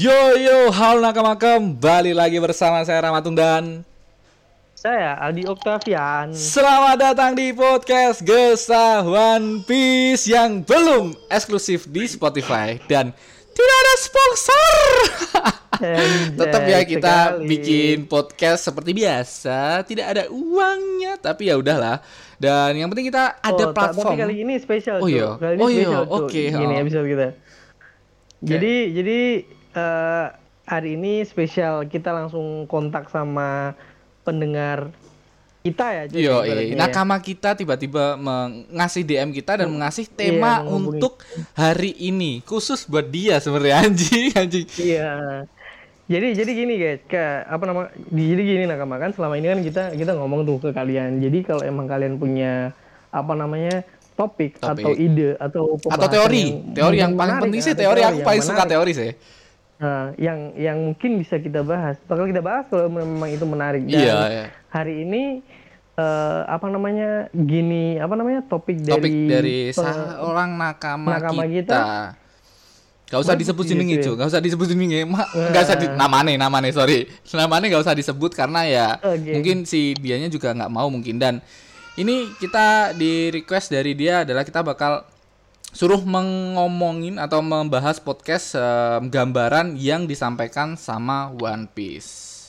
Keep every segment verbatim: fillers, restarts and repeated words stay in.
Yo yo, halo nakama, kembali lagi bersama saya Ramatun dan saya Aldi Octavian. Selamat datang di podcast Gesah One Piece yang belum eksklusif di Spotify dan tidak ada sponsor. Tetap ya kita sekali bikin podcast seperti biasa, tidak ada uangnya, tapi ya udahlah. Dan yang penting kita ada oh, platform. Tapi kali ini spesial. Oh iya, kali ini oh iya, spesial, oke. Okay, ini oh. episode kita. Jadi okay. jadi uh, hari ini spesial, kita langsung kontak sama pendengar kita ya. Iya, iya. Nakama kita tiba-tiba mengasih D M kita dan hmm. mengasih tema iya, untuk hari ini khusus buat dia sebenarnya, anjing, anjing. Iya. Jadi jadi gini guys, ke apa nama? Jadi gini Nakama, kan selama ini kan kita kita ngomong tuh ke kalian. Jadi kalau emang kalian punya apa namanya? Topik, topik atau ide atau atau teori yang teori yang paling menarik, penting sih teori, teori aku paling menarik. Suka teori sih nah, yang yang mungkin bisa kita bahas bakal kita bahas kalau memang itu menarik. Dan iya, iya. hari ini uh, apa namanya gini apa namanya topik, topik dari dari seorang nakama, nakama kita, kita. Gak usah disebut jenenge, Cuk. Gak usah disebut jenenge. Gak usah di, namane, namane, sorry. Namane gak usah disebut karena ya okay. mungkin si dianya juga nggak mau mungkin. Dan ini kita di request dari dia adalah kita bakal suruh mengomongin atau membahas podcast um, gambaran yang disampaikan sama One Piece.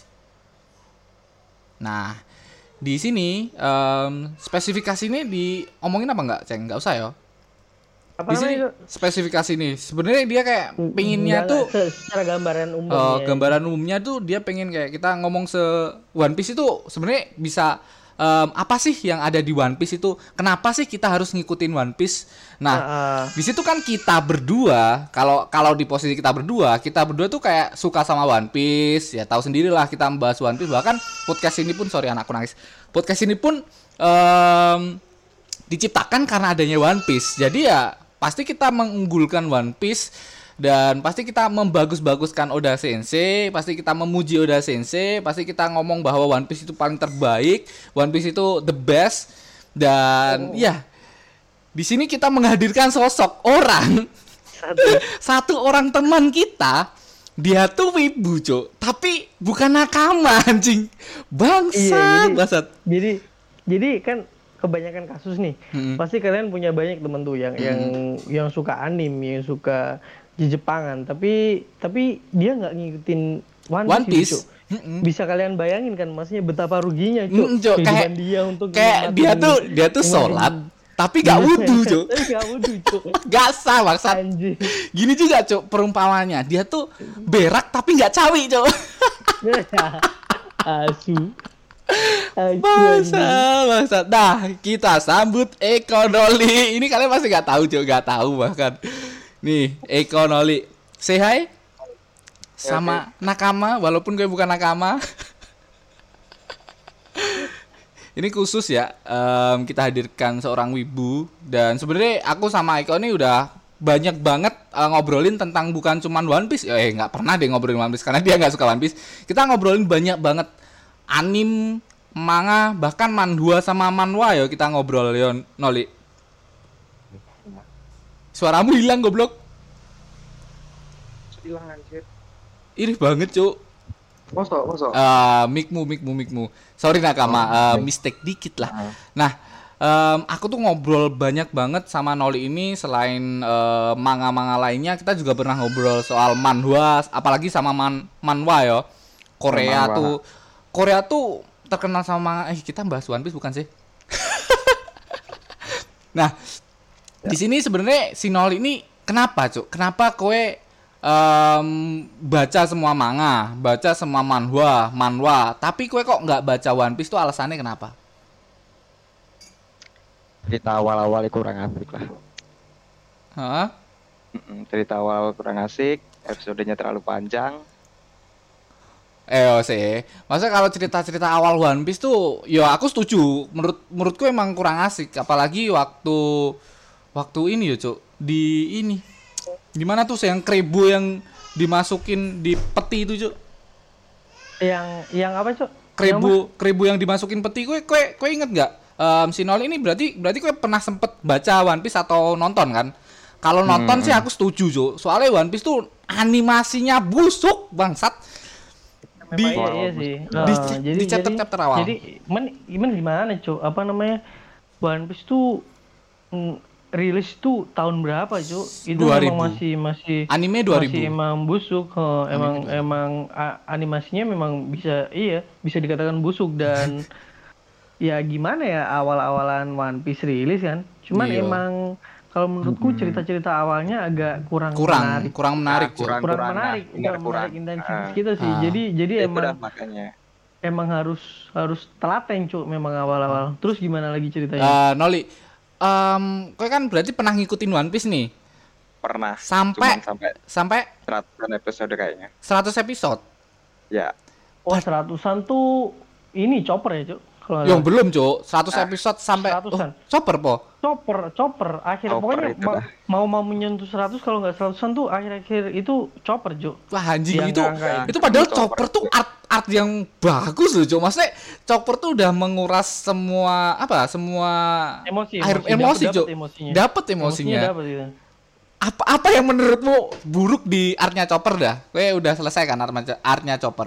Nah, di sini um, spesifikasi ini diomongin apa enggak, Ceng? Enggak usah ya. Apa di sini spesifikasi ini sebenarnya dia kayak pengennya tuh secara gambaran umumnya. Uh, gambaran umumnya tuh dia pengen kayak kita ngomong se One Piece itu sebenarnya bisa Um, apa sih yang ada di One Piece itu? Kenapa sih kita harus ngikutin One Piece? Nah, uh, uh. di situ kan kita berdua, kalau kalau di posisi kita berdua, kita berdua tuh kayak suka sama One Piece, ya tahu sendirilah kita membahas One Piece. Bahkan podcast ini pun, sorry anakku nangis, podcast ini pun um, diciptakan karena adanya One Piece. Jadi ya pasti kita mengunggulkan One Piece. Dan pasti kita membagus-baguskan Oda Sensei, pasti kita memuji Oda Sensei, pasti kita ngomong bahwa One Piece itu paling terbaik, One Piece itu the best. Dan oh. ya, di sini kita menghadirkan sosok orang satu, satu orang teman kita, dia tuh wibu, Cuk, tapi bukan nakama, anjing. Bangsat, iya, bangsat. Jadi jadi kan kebanyakan kasus nih, hmm. pasti kalian punya banyak temen tuh yang hmm. yang yang suka anime, yang suka di Jepangan, tapi tapi dia nggak ngikutin One, One Piece. Piece. Bisa kalian bayangin kan, maksudnya betapa ruginya, Cuk. Mm, kayak dia untuk kayak dia tuh dia tuh sholat tapi gak wudu, Cuk. Gak wudu, Cuk. Gak sah, maksud. Gini juga, Cuk, perumpamannya. Dia tuh berak tapi gak cawi, Cuk. Asu. Masa, masa. Nah, kita sambut Eko Noli. Ini kalian pasti gak tahu, Cuk. Gak tahu bahkan. Nih, Eko Noli. Say hi sama okay. nakama, walaupun gue bukan nakama. Ini khusus ya, um, kita hadirkan seorang wibu. Dan sebenarnya aku sama Eko ini udah banyak banget uh, ngobrolin tentang bukan cuman One Piece. Eh, nggak pernah deh ngobrolin One Piece karena dia nggak suka One Piece. Kita ngobrolin banyak banget anim, manga, bahkan manhwa sama manhwa ya kita ngobrol, Yon Noli. Suaramu hilang, goblok. Hilang anjir. Irih banget, Cuk. Mosok, mosok. Uh, mikmu, mikmu, mikmu. Sorry nakama, uh, mistake dikit lah. Nah, um, aku tuh ngobrol banyak banget sama Noli ini. Selain uh, manga-manga lainnya, kita juga pernah ngobrol soal manhwa, apalagi sama man manhwa ya. Korea manhwa. tuh, Korea tuh terkenal sama. Eh, kita bahas One Piece bukan sih? Nah, ya. Di sini sebenarnya si Noli ini kenapa, Cuk? Kenapa kowe Um, baca semua manga, baca semua manhwa, manhwa, tapi kowe kok nggak baca One Piece tuh alasannya kenapa? Cerita awal-awal kurang asik lah. Hah? Cerita awal kurang asik, episodenya terlalu panjang. Eh sih, maksudnya kalau cerita-cerita awal One Piece tuh, ya aku setuju. Menurut menurutku emang kurang asik, apalagi waktu waktu ini ya, Cuk, di ini. Gimana tuh yang keribu yang dimasukin di peti itu, Cuk? Yang yang apa, Cuk? Keribu keribu yang dimasukin peti, kowe kowe kowe inget enggak? Um, si Noli ini berarti berarti kowe pernah sempet baca One Piece atau nonton kan? Kalau nonton hmm. sih aku setuju, Cuk. Soalnya One Piece tuh animasinya busuk bangsat. Di iya, iya sih. Di, Uh, di, jadi di chapter-chapter awal. Jadi men, men gimana, Cuk? Apa namanya? One Piece tuh mm, rilis tuh tahun berapa, Cuk? Itu dua ribu. memang masih masih anime dua ribu. Masih emang busuk. Oh, emang emang a, animasinya memang bisa iya, bisa dikatakan busuk dan ya gimana ya awal-awalan One Piece rilis kan. Cuman iya. emang kalau menurutku hmm. cerita-cerita awalnya agak kurang kurang menarik. kurang menarik, nah, kurang, kurang, kurang menarik, nah, kurang kurang menarik intensitas uh, kita sih. uh, jadi jadi emang makanya emang harus harus telaten, Cuk, memang awal-awal. Terus gimana lagi ceritanya? Uh, Noli, um, kau kan berarti pernah ngikutin One Piece nih? Pernah. Sampai sampai sampai seratusan episode kayaknya. seratus episode. Ya. Oh, seratusan tuh ini Chopper ya, Cuk? Yang belum, Cuk. seratus ah, episode sampai seratusan. Oh, Chopper, po. Chopper, Chopper. Akhir Chopper pokoknya ma- mau mau menyentuh seratus kalau nggak seratusan tuh akhir-akhir itu Chopper, Cuk. Wah, anjing itu. Ya. Itu padahal Chopper, Chopper tuh art art yang bagus loh, Cuk. Maksudnya Chopper tuh udah menguras semua apa? Semua emosi, air emosi, Cuk. Dapat emosinya. Dapet, gitu. Apa apa yang menurutmu buruk di artnya Chopper dah? Kowe udah selesai kan art artnya Chopper?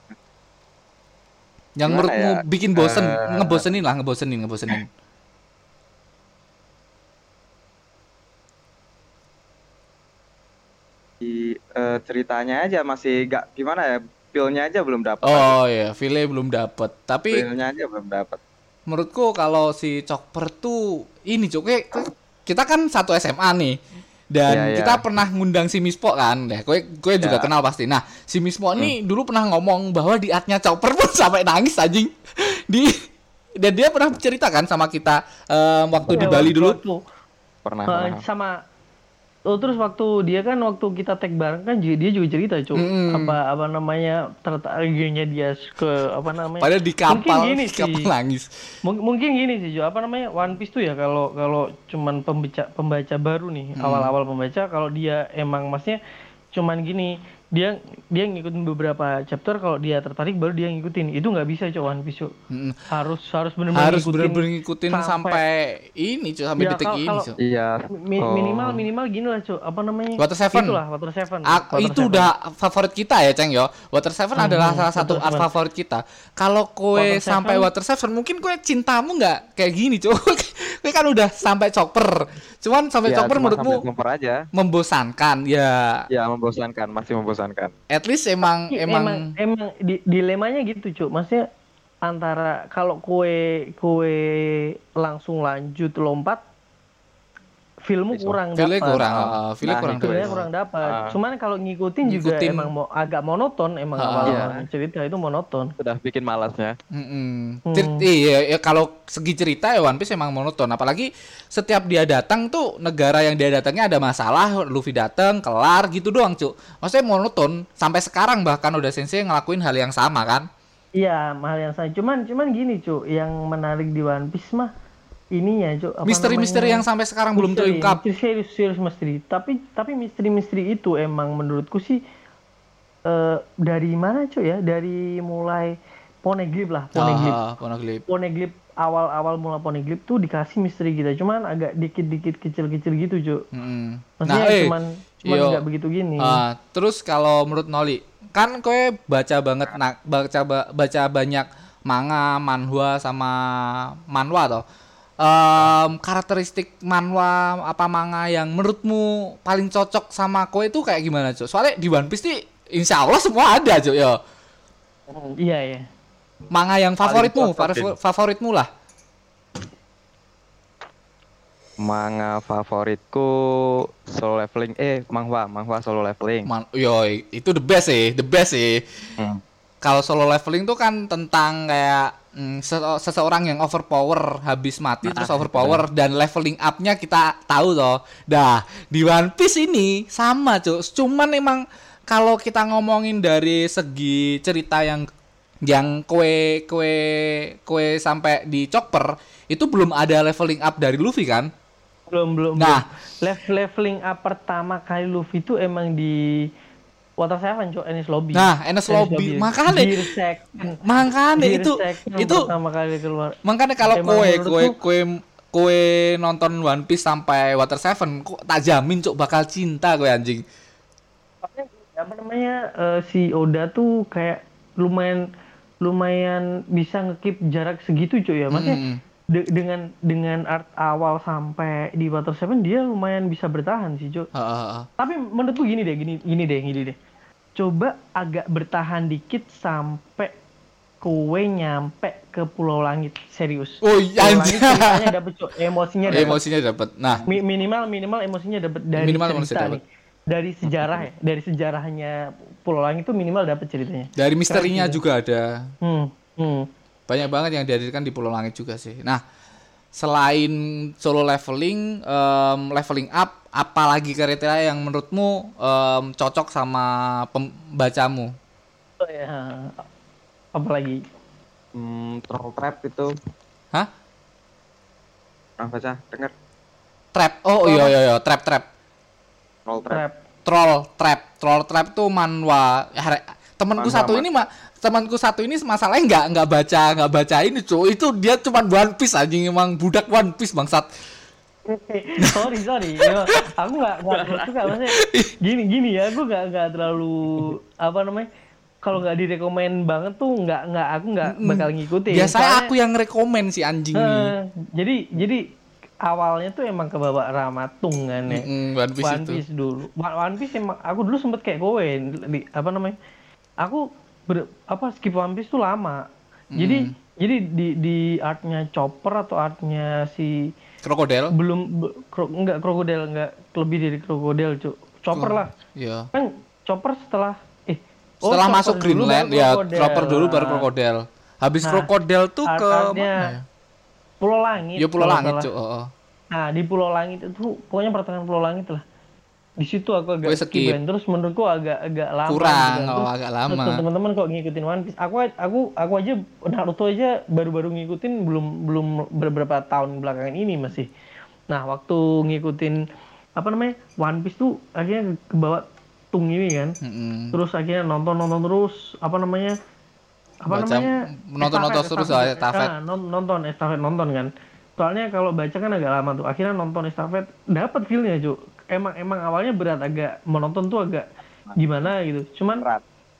Yang Gimana menurutmu ya? bikin bosen, uh, ngebosenin lah, ngebosenin, ngebosenin. Di uh, ceritanya aja masih gak gimana ya, feel-nya aja belum dapat. Oh iya, feel-nya belum dapat. Tapi feel-nya aja belum dapat. Menurutku kalau si Chopper tuh ini, Cuk, kita kan satu S M A nih. Dan yeah, kita yeah. pernah ngundang si Mispo kan, deh, gue gue juga yeah. kenal pasti. Nah, si Mispo hmm. ini dulu pernah ngomong bahwa di artnya Chopper pun sampai nangis anjing. Di dan dia pernah ceritakan sama kita um, waktu yeah, di Bali dulu. Waktu, pernah, uh, pernah. Sama oh, terus waktu dia kan waktu kita tag bareng kan dia juga cerita, Cuk. Hmm. Apa apa namanya tertariknya dia ke apa namanya? Padahal di kapal, gini di kapal sih, nangis. M- mungkin gini sih, Cuk. Apa namanya? One Piece tuh ya kalau kalau cuman pembaca pembaca baru nih, hmm. awal-awal pembaca, kalau dia emang maksudnya cuman gini, dia dia ngikutin beberapa chapter, kalau dia tertarik baru dia ngikutin. Itu nggak bisa, Cuk, One Piece, Cuk. Hmm. Harus harus benar-benar harus ngikutin, benar-benar ngikutin sampai, sampai ini, Cuk, sampai ya, detik kalo, ini, Cuk. Iya. Mi- oh. Minimal minimal gini lah, Cuk. Apa namanya? Water Seven. Itulah Water Seven. A- Water itu Seven. Udah favorit kita ya, Ceng yo. Water Seven hmm, adalah salah satu Water art Seven. favorit kita. Kalau kowe sampai Water Seven, mungkin kowe cintamu nggak kayak gini, Cuk. Kowe kan udah sampai Chopper. Cuman sampai ya, Chopper menurutmu aja. membosankan ya. Ya, membosankan, masih membosankan. At least emang ya, emang emang, emang di, dilemanya gitu, Cuk. Maksudnya antara kalau kue kue langsung lanjut lompat, filmmu kurang dapat. Filmnya kurang, uh, filmnya nah, kurang dapat. kurang dapat. Uh, Cuman kalau ngikutin, ngikutin juga emang mo- agak monoton, emang uh, awal iya. cerita itu monoton. Udah bikin malasnya. Hmm. Cer- iya, ya, kalau segi cerita ya One Piece emang monoton. Apalagi setiap dia datang tuh negara yang dia datangnya ada masalah, Luffy datang, kelar gitu doang, Cuk. Maksudnya monoton sampai sekarang, bahkan udah Sensei ngelakuin hal yang sama kan? Iya, hal yang sama. Cuman cuman gini, Cuk, yang menarik di One Piece mah ininya, Cuk, misteri-misteri yang sampai sekarang misteri, belum terungkap. Serius serius misteri. Tapi tapi misteri-misteri itu emang menurutku sih uh, dari mana, Cuk, ya? Dari mulai Poneglyph lah, Poneglyph. Oh, Poneglyph. Poneglyph awal-awal mulai Poneglyph tuh dikasih misteri kita, cuman agak dikit-dikit kecil-kecil gitu, Cuk. Hmm. Maksudnya nah, eh, cuman cuman enggak begitu gini. Uh, terus kalau menurut Noli, kan kowe baca banget nah, baca baca banyak manga, manhwa sama manhwa toh. Um, karakteristik manhwa apa manga yang menurutmu paling cocok sama kowe itu kayak gimana, Cuk? Soalnya di One Piece nih insya Allah semua ada, Cuk, ya. Iya, iya. Manga yang favoritmu, favor- favoritmu lah. Manga favoritku Solo Leveling, eh manhwa, manhwa Solo Leveling. Man- yo, itu the best sih, the best sih. Hmm. Kalau Solo Leveling tuh kan tentang kayak Mm, seseorang yang overpower habis mati nah, terus overpower betul. Dan leveling up-nya kita tahu toh. Dah, di One Piece ini sama, Cuk. Cuman emang kalau kita ngomongin dari segi cerita yang yang kue kue kue sampai di Chopper itu belum ada leveling up dari Luffy kan? Belum, belum. Nah, belum. leveling up pertama kali Luffy itu emang di Water Seven, Cuk, Enies Lobby. Nah, Enies Lobby. Makanya makanya itu itu pertama kali keluar. Makanya kalau kowe kowe kowe kowe nonton One Piece sampai Water Seven, kok tak jamin, Cuk, bakal cinta kowe anjing. apa namanya uh, si Oda tuh kayak lumayan lumayan bisa ngekip jarak segitu cuy ya. Maksudnya Hmm. de- dengan dengan art awal sampai di Water Seven dia lumayan bisa bertahan sih cuy. Heeh. Tapi menurutku gini deh, gini gini deh, gini deh. Coba agak bertahan dikit sampai kowe nyampe ke Pulau Langit, serius. Oh iya, Pulau Langit ceritanya dapet cuy, emosinya dapet. Emosinya dapat. Nah, Mi- minimal minimal emosinya dapat dari Minimal cerita emosinya dapet. nih. Dari sejarah ya, dari sejarahnya Pulau Langit itu minimal dapat ceritanya. dari misterinya Keren sih, juga ada. Hmm, hmm. Banyak banget yang dihadirkan di Pulau Langit juga sih. Nah, selain solo leveling, um, leveling up, apalagi kriteria yang menurutmu um, cocok sama pembacamu? Oh ya, apalagi? Hmm, troll trap itu. Hah? Pernah baca? Dengar? Trap. Oh iya iya iya, trap trap. Troll trap. Trap. Troll trap. Troll trap tuh manhwa. Ya, re- temanku Manhwa, satu man. ini mah temanku satu ini masalahnya nggak nggak baca nggak baca ini cuy, itu dia cuma One Piece anjing, emang budak One Piece bangsat. sorry sorry, Yo, aku nggak nggak suka maksudnya gini gini ya, aku nggak nggak terlalu apa namanya, kalau nggak direkomend banget tuh nggak nggak aku nggak bakal ngikutin. Biasanya Soalnya, aku yang rekomen si anjing ini. eh, jadi jadi awalnya tuh emang kebawa Ramatung kan ya. Mm-mm, One Piece One itu. Piece dulu. One One Piece emang aku dulu sempet kayak kowe di apa namanya? Aku ber, apa skip One Piece tuh lama. Jadi jadi di di artnya Chopper atau artnya si Krokodil. belum be- kro, enggak krokodil, enggak lebih dari krokodil, Cuk. Chopper lah. Iya. Kan Chopper setelah eh oh, Setelah Chopper masuk dulu Greenland baru ya, krokodil. Chopper dulu baru Nah, krokodil. Habis Nah, krokodil tuh ke art-artnya mana ya? Pulau Langit. Ya Pulau kalau Langit, salah. Cuk. Oh, oh. Nah, di Pulau Langit itu pokoknya pertengahan Pulau Langit lah. Di situ aku agak Gue skip. skip, terus menurutku agak agak lama Kurang, gitu kan. oh, Terus, agak terus lama. teman-teman kok ngikutin One Piece. Aku aku aku aja Naruto aja baru-baru ngikutin belum belum beberapa tahun belakangan ini masih. Nah, waktu ngikutin apa namanya? One Piece tuh akhirnya kebawa tung ini kan. Mm-mm. Terus akhirnya nonton-nonton terus apa namanya? Apa Baca, namanya? nonton-nonton Estafet, terus estafet. lah, estafet. Ah, non- nonton estafet nonton kan. Soalnya kalau baca kan agak lama tuh. Akhirnya nonton estafet dapat feel-nya, Cuk. Emang emang awalnya berat, agak menonton tuh agak gimana gitu. Cuman Berat.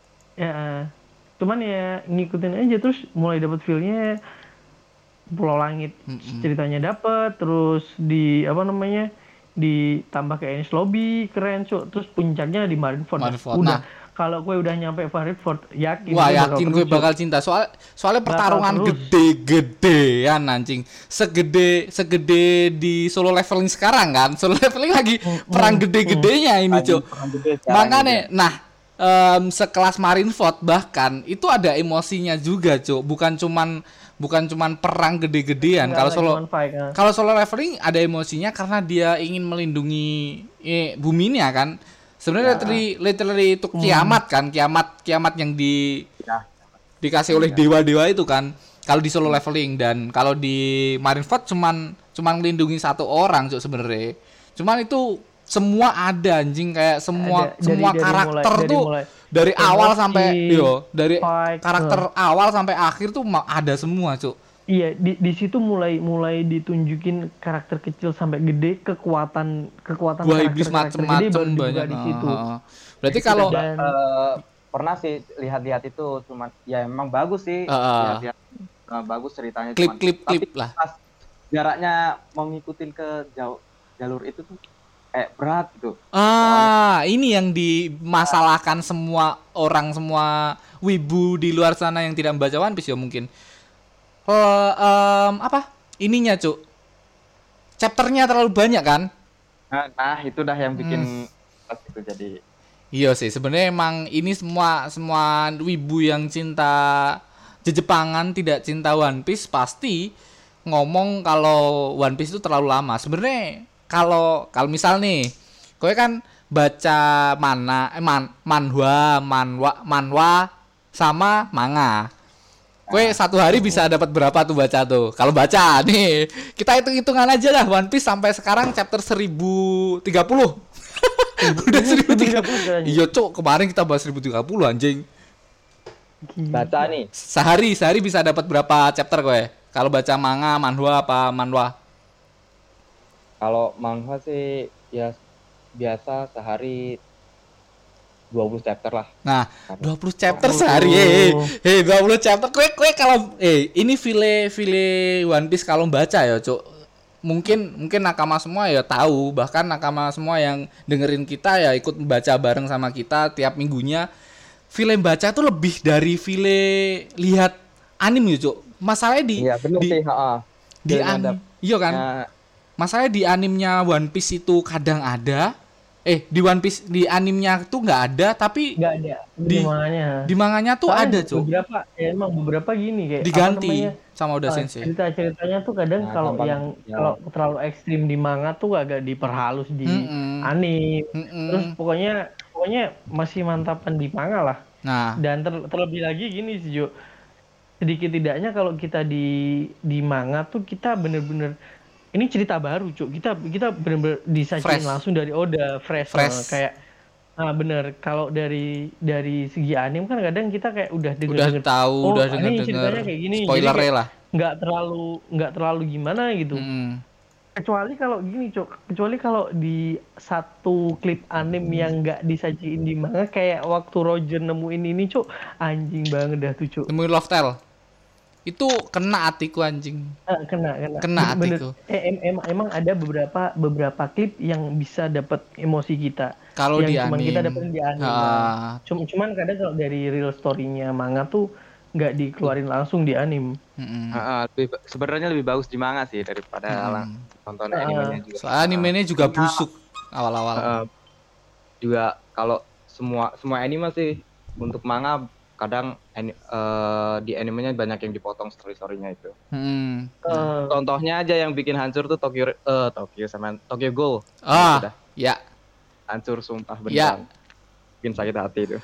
ya cuman ya ngikutin aja terus mulai dapat feel-nya. Pulau Langit Mm-mm. ceritanya dapat, terus di apa namanya? Ditambah ke Enies Lobby, keren, Cuk. Terus puncaknya di Marineford. Marineford. Udah. Nah. Kalau gue udah nyampe Marineford, yakin Wah, gue yakin gue terus, Cuk. bakal cinta. Soal soalnya Bakal pertarungan terus. gede-gedean anjing. Segede segede di solo leveling sekarang kan. Solo leveling lagi perang gede-gedenya ini, Cuk. Perang gede sekarang Makanya, gitu. nah, em, sekelas Marineford bahkan itu ada emosinya juga, Cuk. Bukan cuman bukan cuman perang gede-gedean. Nggak Kalau lagi solo cuman fight, kan. kalau solo leveling ada emosinya karena dia ingin melindungi eh, buminya kan. Sebenarnya literally, literally itu kiamat kan, kiamat kiamat yang di Ya. dikasih oleh dewa-dewa itu kan. Kalau di solo leveling, dan kalau di Marineford cuman cuman melindungi satu orang, Cuk, sebenarnya. Cuman itu semua ada anjing, kayak semua Ada, semua dari- dari karakter mulai- dari tuh mulai dari awal emosi, sampai yo dari fight, karakter awal sampai akhir tuh ma- ada semua, Cuk. Iya, di di situ mulai mulai ditunjukin karakter kecil sampai gede, kekuatan kekuatan Buah iblis karakter-karakter gede macem-macem baru dibuka banyak. di situ. Heeh. Berarti kalau Dan Eh, pernah sih lihat-lihat itu, cuman ya emang bagus sih, Heeh. lihat-lihat eh, bagus ceritanya, klip cuman klip tapi klip lah. pas jaraknya mau ngikutin ke jauh jalur itu tuh kayak berat gitu. Ah, ini yang dimasalahkan semua orang, semua wibu di luar sana yang tidak membaca One Piece ya mungkin. Eh, em, apa? Ininya, Cuk. Chapternya terlalu banyak kan? Nah, nah itu dah yang Hmm. bikin pas itu jadi Iya sih, sebenarnya emang ini semua semua wibu yang cinta Jejepangan, tidak cinta One Piece pasti ngomong kalau One Piece itu terlalu lama. Sebenarnya kalau kalau misal nih, kowe kan baca mana eh, man, manhwa, manwa, manhwa sama manga. Kowe satu hari bisa dapat berapa tuh baca tuh? Kalau baca nih, kita hitung-hitungan aja lah, One Piece sampai sekarang chapter seribu tiga puluh. Udah seribu tiga puluh. Iya, Cuk, kemarin kita bahas seribu tiga puluh anjing. baca nih. Sehari, sehari bisa dapat berapa chapter kowe? Kalau baca manga, manhwa apa manhwa? Kalau manhwa sih ya biasa sehari dua puluh chapter lah. Nah, dua puluh chapter sehari. Hei, hey, dua puluh chapter. Kue kue kalau eh ini file file One Piece kalau baca ya, Cuk. Mungkin mungkin nakama semua ya tahu, bahkan nakama semua yang dengerin kita ya ikut baca bareng sama kita tiap minggunya. File baca tuh lebih dari file lihat anime ya, Cuk. Masalahnya di Iya, bener di, sih, heeh. di an- iya kan? Ya, Masalahnya di animenya One Piece itu kadang ada, eh di One Piece di animenya tuh nggak ada, tapi Nggak ada di di manganya. di manganya tuh Soalnya ada, Cuk. Beberapa, ya emang beberapa gini kayak apa Diganti namanya, sama Oda uh, Sensei. cerita-ceritanya tuh kadang Nah, kalau gampang, yang ya. kalau terlalu ekstrim di manga tuh agak diperhalus di Mm-mm. anime. Mm-mm. Terus pokoknya pokoknya masih mantapan di manga lah. Nah, Dan ter- terlebih lagi gini sih Jo, sedikit tidaknya kalau kita di di manga tuh kita bener-bener ini cerita baru Cuk, kita kita bener-bener disajiin Fresh. langsung dari Oda, fresh, Fresh. eh, kayak ah bener. Kalau dari dari segi anime kan kadang kita kayak udah denger, udah denger, tahu, oh udah ini denger-denger ceritanya kayak gini, jadi spoilernya kayak lah. nggak terlalu nggak terlalu gimana gitu. Mm-mm. Kecuali kalau gini Cuk, kecuali kalau di satu klip anime yang nggak disajiin di manga kayak waktu Roger nemuin ini Cuk, anjing banget dah tuh Cuk. Nemuin Love Tale. Itu kena hatiku anjing. Ah, kena kena Kena bener, hatiku. eh, em, em, emang ada beberapa beberapa klip yang bisa dapat emosi kita Kalau yang di cuman anime. kita dapetin di anime. Ah. Cum- cuman kadang kalau dari real story-nya manga tuh nggak dikeluarin langsung di anime. Mm-mm. Heeh, lebih ba- sebenarnya lebih bagus di manga sih daripada Mm-mm. lang- nonton Ah. animenya juga. Soalnya animenya juga busuk awal-awal. Heeh. Juga kalau semua semua anime sih untuk manga kadang ani- eh, di animenya banyak yang dipotong story-storynya itu. Mm. Eh, Contohnya aja yang bikin hancur tuh Tokyo eh Tokyo sama Tokyo Ghoul. Ah, Udah ya. hancur sumpah Ya. beneran. Bikin sakit hati itu.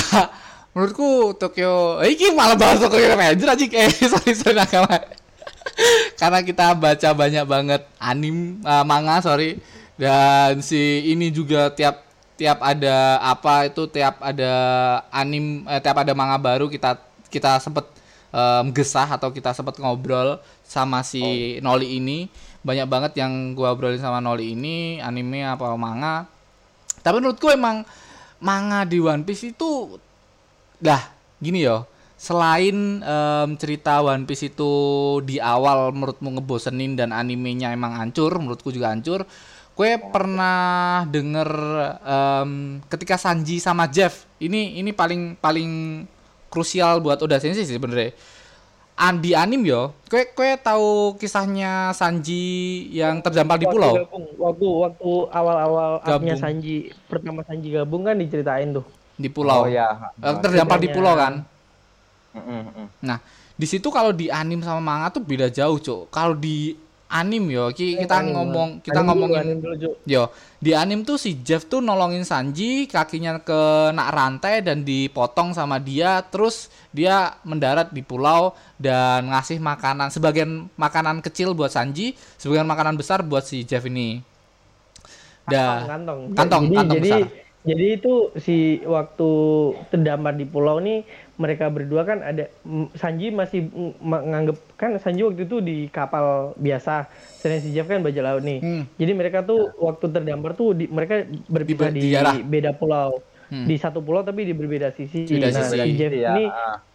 Menurutku Tokyo, eh, ini malah bahas Tokyo Revenger aja, eh sorry sorry nakama. Karena kita baca banyak banget anim, uh, manga sorry, dan si ini juga tiap tiap ada apa itu tiap ada anim, eh, tiap ada manga baru kita kita sempet um, gesah atau kita sempet ngobrol sama si Noli ini. Banyak banget yang gua obrolin sama Noli ini, anime apa manga. Tapi menurutku emang manga di One Piece itu dah gini yo, selain em, cerita One Piece itu di awal menurutmu ngebosenin dan animenya emang hancur, menurutku juga hancur. Gue pernah denger em, ketika Sanji sama Jeff, ini ini paling paling krusial buat Oda Sensei sih sebenarnya. An di anime yo, gue gue tahu kisahnya Sanji yang terdampar di waktu pulau. gabung, waktu waktu awal-awal arc-nya Gabung. Sanji, pertama Sanji gabung kan diceritain tuh. Di pulau. Oh ya. Eh, terdampar di Ceritanya. pulau kan. Mm-mm, mm. Nah, di situ kalau di anime sama manga tuh beda jauh, Cuk. Kalau di anime yo, ki- kita Anime, ngomong, kita anime dulu, ngomongin anime dulu, Cuk. yo, di anime tuh si Jeff tuh nolongin Sanji, kakinya kena rantai dan dipotong sama dia, terus dia mendarat di pulau dan ngasih makanan, sebagian makanan kecil buat Sanji, sebagian makanan besar buat si Jeff ini. Dah. Kantong, Kantong, jadi, kantong jadi, besar. jadi itu si waktu terdampar di pulau nih mereka berdua kan ada m- Sanji masih m- menganggap kan Sanji waktu itu di kapal biasa, sedangkan si Jeff kan bajak laut nih. Hmm. Jadi mereka tuh waktu terdampar tuh di, mereka berpisah Di- di, di daerah. beda pulau, Hmm. di satu pulau tapi di berbeda sisi. Beda Nah, sisi. si Jeff Iya. ini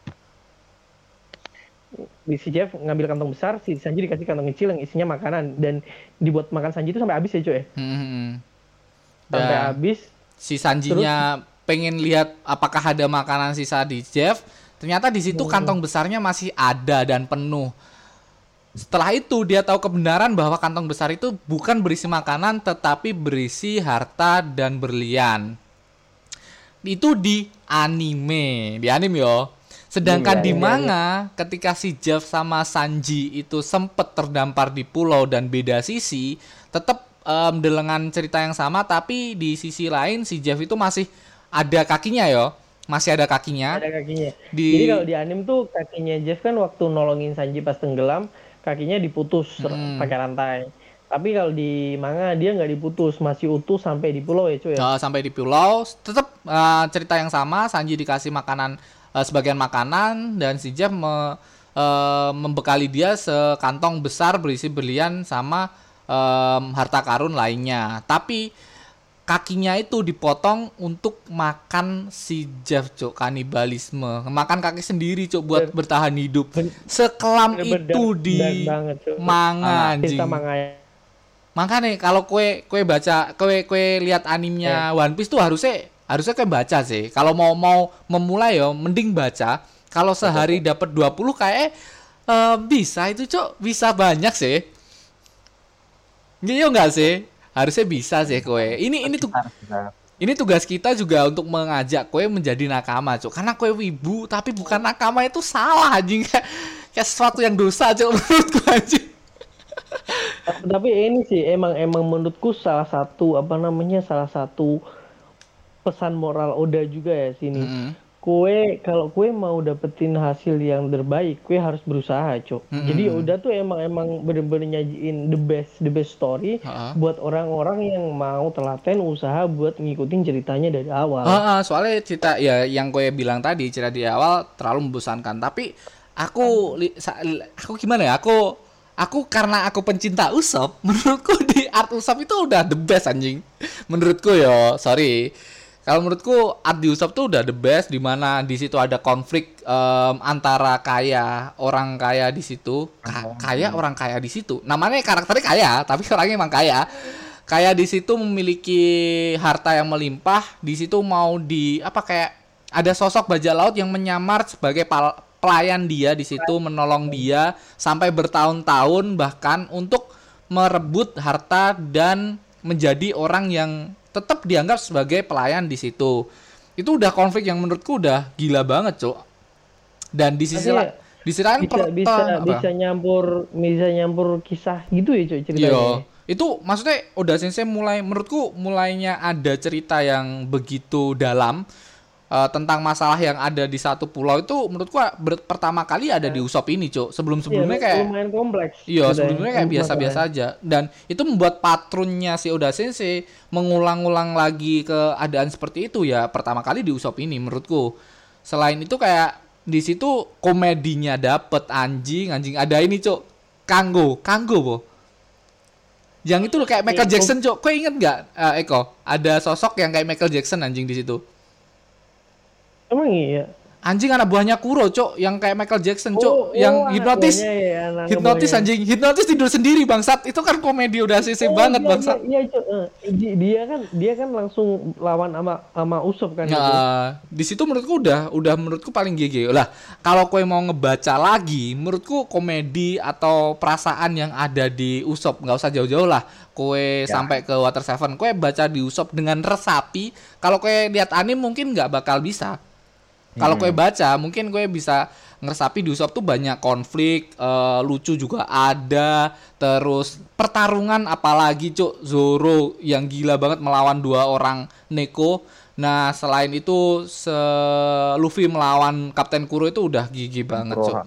si Jeff ngambil kantong besar, si Sanji dikasih kantong kecil yang isinya makanan dan dibuat makan Sanji itu sampai habis ya cuy ya. Hmm, hmm, hmm. Sampai Dan habis. si Sanjinya pengen lihat apakah ada makanan sisa di Jeff, ternyata di situ kantong besarnya masih ada dan penuh. Setelah itu dia tahu kebenaran bahwa kantong besar itu bukan berisi makanan tetapi berisi harta dan berlian. Itu di anime, di anime yo. Sedangkan Iya, di iya, manga ketika si Jeff sama Sanji itu sempet terdampar di pulau dan beda sisi, tetap em, dengan cerita yang sama tapi di sisi lain si Jeff itu masih ada kakinya yo, masih ada kakinya. Ada kakinya. Di- Jadi kalau di anime tuh kakinya Jeff kan waktu nolongin Sanji pas tenggelam, kakinya diputus ser- Hmm. pakai rantai. Tapi kalau di manga dia nggak diputus, masih utuh sampai di pulau ya cuy ya. Uh, sampai di pulau tetap uh, cerita yang sama. Sanji dikasih makanan, uh, sebagian makanan dan si Jeff me- uh, membekali dia sekantong besar berisi berlian sama um, harta karun lainnya. Tapi kakinya itu dipotong untuk makan si Jeff, cok, kanibalisme, makan kaki sendiri, cok, buat ben, bertahan hidup. Ben, Sekelam bener, itu bener, di banget, manga anjing. Makanya kalau kue kue baca kue kue lihat animenya yeah. One Piece tuh harusnya harusnya kue baca sih. Kalau mau mau memulai yo mending baca. Kalau sehari dapat dua puluh kayak uh, bisa itu, cok, bisa banyak sih. Iya enggak sih? Harusnya bisa sih kue. Ini ini tuh ini tugas kita juga untuk mengajak kue menjadi nakama, cok. Karena kue wibu tapi bukan nakama itu salah anjing. Kayak, kayak sesuatu yang dosa, cok, menurutku anjing. Tapi ini sih emang emang menurutku salah satu apa namanya salah satu pesan moral Oda juga ya sini. Mm-hmm. Kue kalau kue mau dapetin hasil yang terbaik, kue harus berusaha, cok. Mm-hmm. Jadi Oda tuh emang emang bener-bener nyajiin the best the best story uh-huh. buat orang-orang yang mau telaten usaha buat ngikutin ceritanya dari awal. Uh-huh. Soalnya cerita ya yang kue bilang tadi cerita di awal terlalu membosankan. Tapi aku li, aku gimana ya? Aku aku karena aku pencinta Usopp, menurutku di art Usopp itu udah the best anjing. Menurutku yo, sorry. Kalau menurutku art di Usopp tuh udah the best, di mana di situ ada konflik um, antara kaya orang kaya di situ, Ka- kaya orang kaya di situ. Namanya karakternya kaya, tapi orangnya emang kaya. Kaya di situ memiliki harta yang melimpah. Di situ mau di apa kayak ada sosok bajak laut yang menyamar sebagai pal- pelayan dia di situ, menolong dia sampai bertahun-tahun bahkan untuk merebut harta dan menjadi orang yang tetap dianggap sebagai pelayan di situ. Itu udah konflik yang menurutku udah gila banget, cok. Dan di sisi lain di sisi lain bisa per, bisa, apa? bisa nyampur bisa nyampur kisah gitu ya, cok, ceritanya. Yo, itu maksudnya Oda Sensei mulai menurutku mulainya ada cerita yang begitu dalam. Uh, tentang masalah yang ada di satu pulau itu menurutku ber- pertama kali ada di Usopp ini, cok. Sebelum-sebelumnya iya, kayak lumayan kompleks. Iya, sebelumnya kayak biasa-biasa aja. Dan itu membuat patronnya si Oda Sensei mengulang-ulang lagi keadaan seperti itu ya pertama kali di Usopp ini menurutku. Selain itu kayak di situ komedinya dapet anjing, anjing ada ini, cok. Kanggo, Kanggo, bo. Yang itu loh kayak Michael Jackson, cok. Kau inget nggak, uh, Eko? Ada sosok yang kayak Michael Jackson anjing di situ. Emang iya? Anjing anak buahnya Kuro, cok, yang kayak Michael Jackson, cok, oh, yang oh, hipnotis, ya, hipnotis buahnya. Anjing, hipnotis tidur sendiri bangsat, itu kan komedi udah sisi oh, banget dia, bangsat. Iya, cok, uh, dia kan dia kan langsung lawan sama sama Usopp kan. Nah, gitu. Di situ menurutku udah udah menurutku paling G G lah. Kalau kowe mau ngebaca lagi, menurutku komedi atau perasaan yang ada di Usopp nggak usah jauh-jauh lah. Kowe ya. Sampai ke Water Seven, kowe baca di Usopp dengan resapi. Kalau kowe lihat anime mungkin nggak bakal bisa. Kalau hmm. gue baca, mungkin gue bisa ngeresapi di Usopp tuh banyak konflik, uh, lucu juga ada, terus pertarungan apalagi, cuk, Zoro yang gila banget melawan dua orang Neko. Nah, selain itu se Luffy melawan Kapten Kuro itu udah gigi banget, cuk.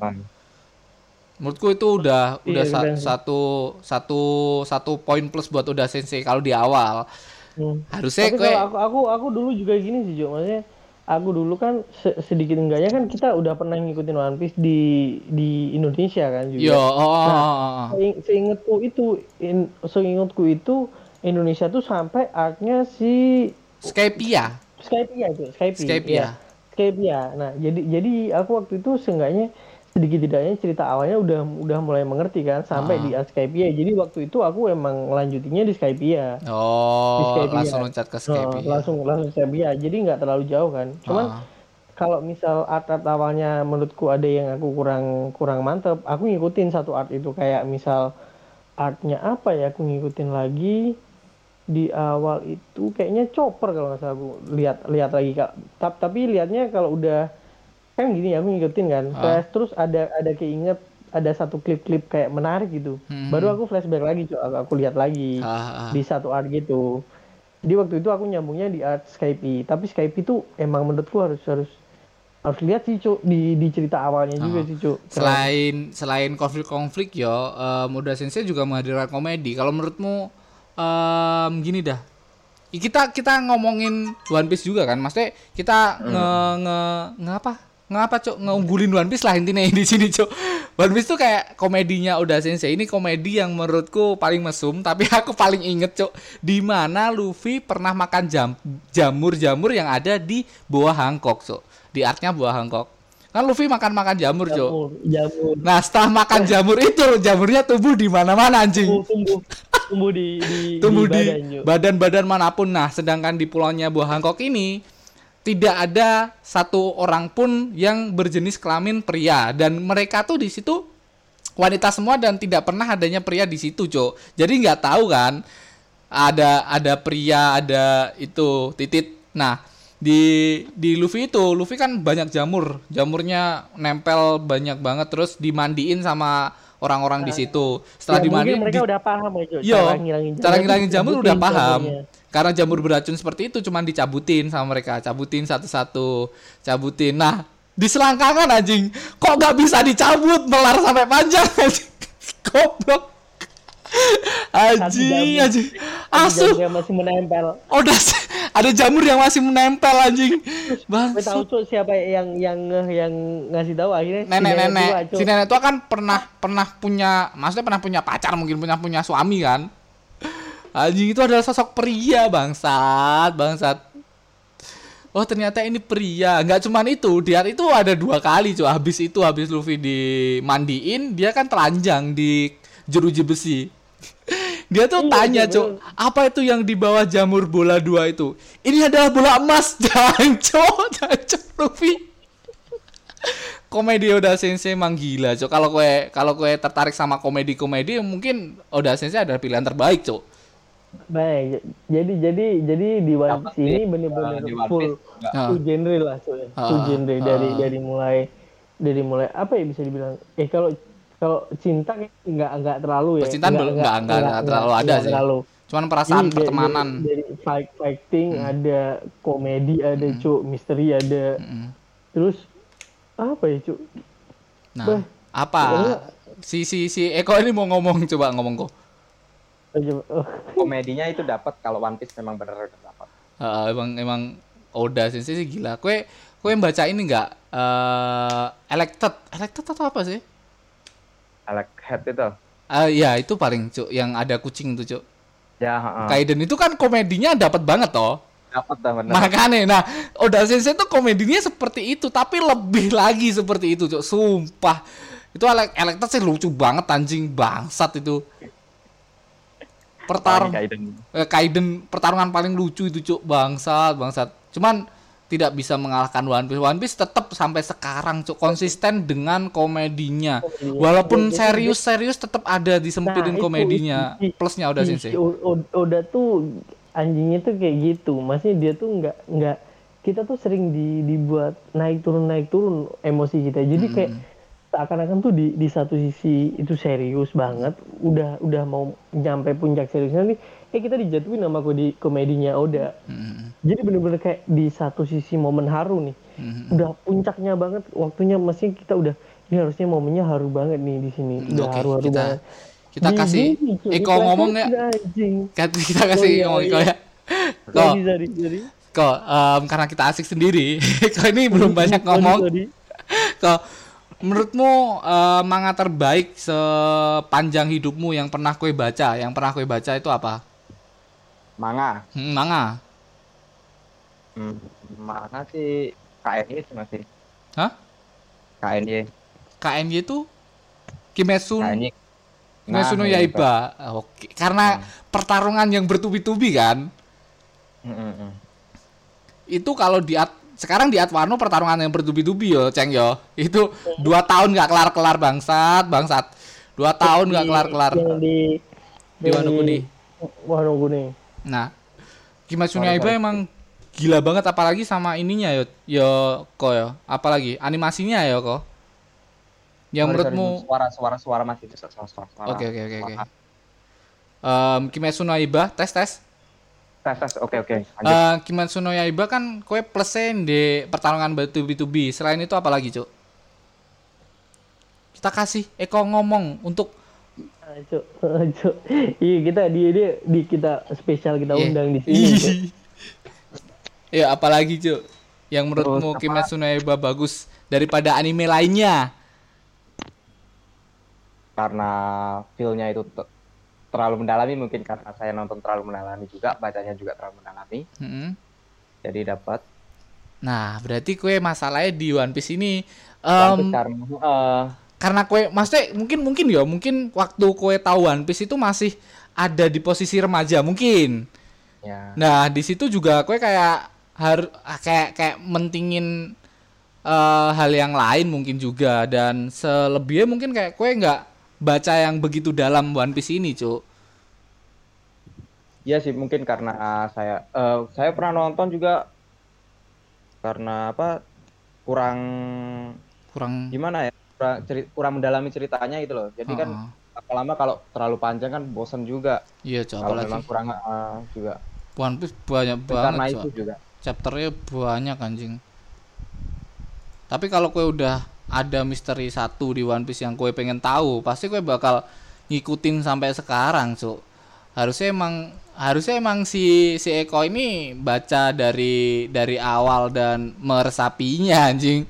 Menurutku itu udah iya, udah sa- satu satu satu poin plus buat Oda Sensei kalau di awal. Hmm. Harusnya Tapi gue aku aku aku dulu juga gini sih, Cuk, maksudnya aku dulu kan sedikit enggaknya kan kita udah pernah ngikutin One Piece di di Indonesia kan juga. Yo, oh, nah, oh, oh. seingatku itu, in, seingatku itu Indonesia tuh sampai arc-nya si Skypiea. Skypiea itu, Skypiea. Skypiea. Ya, Skypiea. Nah, jadi jadi aku waktu itu seenggaknya sedikit tidaknya cerita awalnya udah udah mulai mengerti kan sampai ah. di Skypiea. Jadi waktu itu aku emang ngelanjutinnya di Skypiea. Oh, di Skypiea. Langsung loncat ke Skypiea. No, langsung langsung Skypiea. Jadi nggak terlalu jauh kan. Cuman ah. kalau misal art-art awalnya menurutku ada yang aku kurang kurang mantep, aku ngikutin satu art itu kayak misal artnya apa ya aku ngikutin lagi di awal itu kayaknya Chopper kalau nggak salah aku lihat lihat lagi kak. Tapi lihatnya kalau udah kan gini aku ngikutin kan flash ah. terus ada ada keinget ada satu klip-klip kayak menarik gitu hmm. baru aku flashback lagi cuy aku, aku lihat lagi ah, ah. di satu art gitu. Jadi waktu itu aku nyambungnya di art Skype tapi Skype itu emang menurutku harus harus harus lihat sih cuy di di cerita awalnya ah. juga sih cuy. Selain selain konflik-konflik yo um, Oda Sensei juga menghadirkan komedi. Kalau menurutmu um, gini dah kita kita ngomongin One Piece juga kan maksudnya kita hmm. nge nge nge apa ngapa cok ngunggulin One Piece lah intinya di sini cok. One Piece tuh kayak komedinya Oda Sensei ini komedi yang menurutku paling mesum, tapi aku paling inget cok di mana Luffy pernah makan jam, jamur-jamur yang ada di Boa Hancock cok, di artnya Boa Hancock. Kan Luffy makan-makan jamur cok. Jamur, jamur. Nah setelah makan jamur itu jamurnya tumbuh di mana-mana anjing. Tumbuh, tumbuh, tumbuh di, di, tumbuh di, di badan, Cuk. badan-badan manapun. Nah sedangkan di pulaunya Boa Hancock ini tidak ada satu orang pun yang berjenis kelamin pria dan mereka tuh di situ wanita semua dan tidak pernah adanya pria di situ, Cok. Jadi nggak tahu kan ada ada pria, ada itu titit. Nah, di di Luffy itu, Luffy kan banyak jamur. Jamurnya nempel banyak banget terus dimandiin sama orang-orang di situ. Setelah ya, dimandiin mereka di, udah paham ya, yo, cara ngilangin jamur. Cara ngilangin jamur udah paham. Jamurnya. Karena jamur beracun seperti itu cuman dicabutin sama mereka, cabutin satu-satu, cabutin. Nah, di selangkangan anjing, kok nggak bisa dicabut melar sampai panjang anjing. Goblok. Anjing, anjing. Asu. Jamur yang masih menempel. Oh, udah ada jamur yang masih menempel anjing. Bang. Tahu tuh siapa yang yang yang ngasih tahu akhirnya nenek-nenek. Si nenek tua kan pernah pernah punya, maksudnya pernah punya pacar, mungkin punya punya suami kan. Anjing itu adalah sosok pria bangsat, bangsat. Oh ternyata ini pria. Nggak cuman itu, dia itu ada dua kali cuy. Habis itu habis Luffy dimandiin, dia kan telanjang di jeruji besi. Dia tuh iya, tanya cuy, apa itu yang di bawah jamur bola dua itu? Ini adalah bola emas, janco, janco Luffy. Komedi Oda Sensei emang gila cuy. Kalau kue kalau kue tertarik sama komedi-komedi, mungkin Oda Sensei adalah pilihan terbaik cuy. Baik, jadi jadi jadi di One Piece ini benar-benar uh, full uh, full genre lah, so, uh, full genre uh, dari dari mulai dari mulai apa ya bisa dibilang eh kalau kalau cinta nggak nggak terlalu ya. Percintaan belum nggak nggak terlalu ada enggak sih. Terlalu. Cuman perasaan jadi, pertemanan. Dari, dari fight fighting hmm. ada komedi ada hmm. cuk, misteri ada. Hmm. Terus apa ya cuk? Nah, bah, apa? Pokoknya, si si si Eko ini mau ngomong coba ngomong kok. Komedinya itu dapat kalau One Piece memang benar dapat. Uh, emang emang Oda Sensei sih gila. Kue kue baca ini enggak uh, Elected Elected atau apa sih? Elected itu. Ah uh, iya itu paling cuk yang ada kucing tuh cuk. Ya, uh. Kaiden itu kan komedinya dapat banget toh. Dapat dah benar. Makanya nah Oda Sensei tuh komedinya seperti itu tapi lebih lagi seperti itu cuk. Sumpah. Itu Elected sih lucu banget anjing bangsat itu. Pertarung Kaiden. Eh, Kaiden pertarungan paling lucu itu cuk bangsat bangsat cuman tidak bisa mengalahkan One Piece. One Piece tetap sampai sekarang cuk konsisten dengan komedinya walaupun serius-serius tetap ada disempilin nah, komedinya itu, itu, plusnya Oda Sensei. Oda tuh anjingnya tuh kayak gitu maksudnya dia tuh nggak nggak kita tuh sering di, dibuat naik turun naik turun emosi kita jadi hmm. kayak seakan-akan tuh di di satu sisi itu serius banget, udah udah mau nyampe puncak seriusnya nih, eh kita dijatuhin sama kode komedinya Oda. Mm-hmm. Jadi bener-bener kayak di satu sisi momen haru nih, mm-hmm. udah puncaknya banget, waktunya masih kita udah ini harusnya momennya haru banget nih di sini, udah okay, haru-haru kita, banget. Kita di, kasih, Eko ngomong ya, kita kasih oh, iya, ngomong Eko ya. Kok, kok um, karena kita asik sendiri, kok ini belum banyak ngomong. Kok menurutmu uh, manga terbaik sepanjang hidupmu yang pernah kowe baca, yang pernah kowe baca itu apa? Manga. Hmm, manga. Hmm, manga sih K N Y sih masih. Hah? K N Y. K N Y itu Kimetsu. K N Y. Kimetsu no Yaiba. Nah, oke, karena hmm. pertarungan yang bertubi-tubi kan. Hmm. Itu kalau di at- sekarang di Atwano pertarungan yang bertubi-tubi yo, Ceng yo. Itu dua tahun nggak kelar-kelar bangsat, bangsat. Dua tahun nggak kelar-kelar. Di di Wano Kuni. Wano Kuni. Nah, Kimetsu no Yaiba emang gila banget apalagi sama ininya yo, yo kok yo. Apalagi animasinya yo kok. Yang menurutmu suara-suara suara masih bisa suara-suara. Oke oke oke oke. Um, Kimetsu no Yaiba tes tes. Tes tes oke oke. Uh, Kimetsu no Yaiba kan kowe plusnya di pertarungan bertubi-tubi. Selain itu apa lagi, Cuk? Kita kasih Eko ngomong untuk Cuk, Cuk. Iya kita dia dia di kita spesial kita undang yeah. di sini. Iya, apalagi, Cuk? Yang menurutmu Kimetsu no Yaiba bagus daripada anime lainnya? Karena feel-nya itu te- terlalu mendalami, mungkin karena saya nonton terlalu mendalami juga, bacanya juga terlalu mendalami. Mm-hmm. Jadi dapat. Nah, berarti kue masalahnya di One Piece ini One um, Piece karena uh, karena kue maksudnya mungkin mungkin ya, mungkin waktu kue tahu One Piece itu masih ada di posisi remaja mungkin. ya. Nah, di situ juga kue kayak harus kayak kayak mentingin uh, hal yang lain mungkin juga, dan selebihnya mungkin kayak kue nggak baca yang begitu dalam One Piece ini, Cuk. Iya sih, mungkin karena saya uh, saya pernah nonton juga karena apa kurang Kurang gimana ya, kurang, ceri- kurang mendalami ceritanya gitu loh. Jadi kan uh-uh. lama-lama kalau terlalu panjang kan bosan juga. Iya, Cuk, Kalau apalagi memang kurang uh, juga. One Piece banyak Mungkin karena banget, itu Cuk. juga. Chapternya banyak anjing. Tapi kalau kue udah ada misteri satu di One Piece yang kue pengen tahu, pasti kue bakal ngikutin sampai sekarang, Cuk. Harusnya emang harusnya emang si si Eko ini baca dari dari awal dan meresapinya anjing.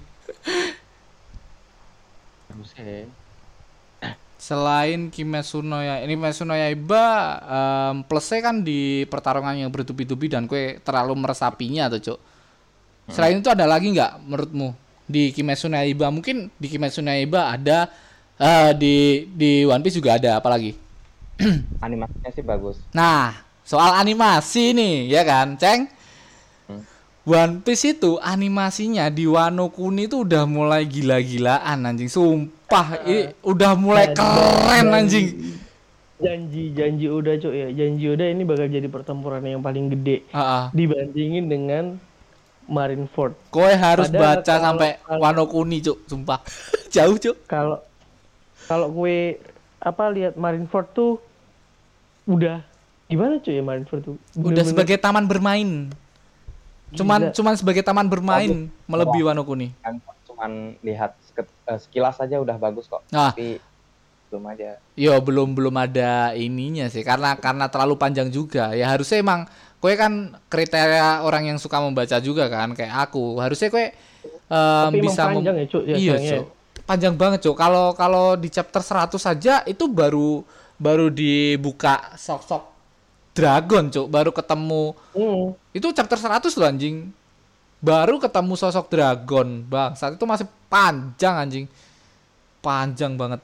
Harusnya. Selain Kimetsu no ya, ini Kimetsu no Yaiba um, plusnya kan di pertarungan yang bertubi-tubi dan kue terlalu meresapinya tuh, Cuk. Selain itu ada lagi nggak menurutmu di Kimetsu no Yaiba? Mungkin di Kimetsu no Yaiba ada, uh, di di One Piece juga ada, apalagi? Animasinya sih bagus. Nah, soal animasi nih, ya kan, Ceng? Hmm. One Piece itu animasinya di Wano Kuni itu udah mulai gila-gilaan anjing, sumpah. Ini udah mulai keren anjing. Janji janji udah Cuk ya. Janji udah ini bakal jadi pertempuran yang paling gede Uh-uh. dibandingin dengan Marineford. Kowe harus Padahal baca kalau- sampai kalau- Wano Kuni, Cuk, sumpah. Jauh, Cuk. Kalau kalau gue apa lihat Marineford tuh udah gimana cuy ya Marineford tuh? Udah Bener-bener sebagai taman bermain. Cuman gila. cuman sebagai taman bermain Bagus. melebihi Wano Kuni. Kan cuman lihat seket- eh, sekilas saja udah bagus kok. Nah, Tapi belum aja. yo belum belum ada ininya sih, karena karena terlalu panjang juga. Ya harusnya emang kowe kan kriteria orang yang suka membaca juga kan, kayak aku. Harusnya kowe um, Tapi emang bisa mem- panjang ya, Cuk, ya, iya, soalnya. Cuk. Panjang banget, Cuk. Kalau kalau di chapter seratus saja itu baru baru dibuka sok-sok dragon, Cuk. Baru ketemu. Hmm. Itu chapter seratus loh anjing. Baru ketemu sosok dragon, Bang. Saat itu masih panjang anjing. Panjang banget.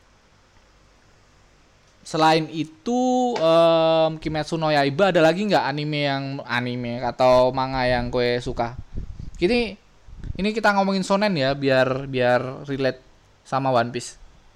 Selain itu, um, Kimetsu no Yaiba ada lagi nggak anime yang anime atau manga yang gue suka? Ini ini kita ngomongin shonen ya, biar biar relate sama One Piece.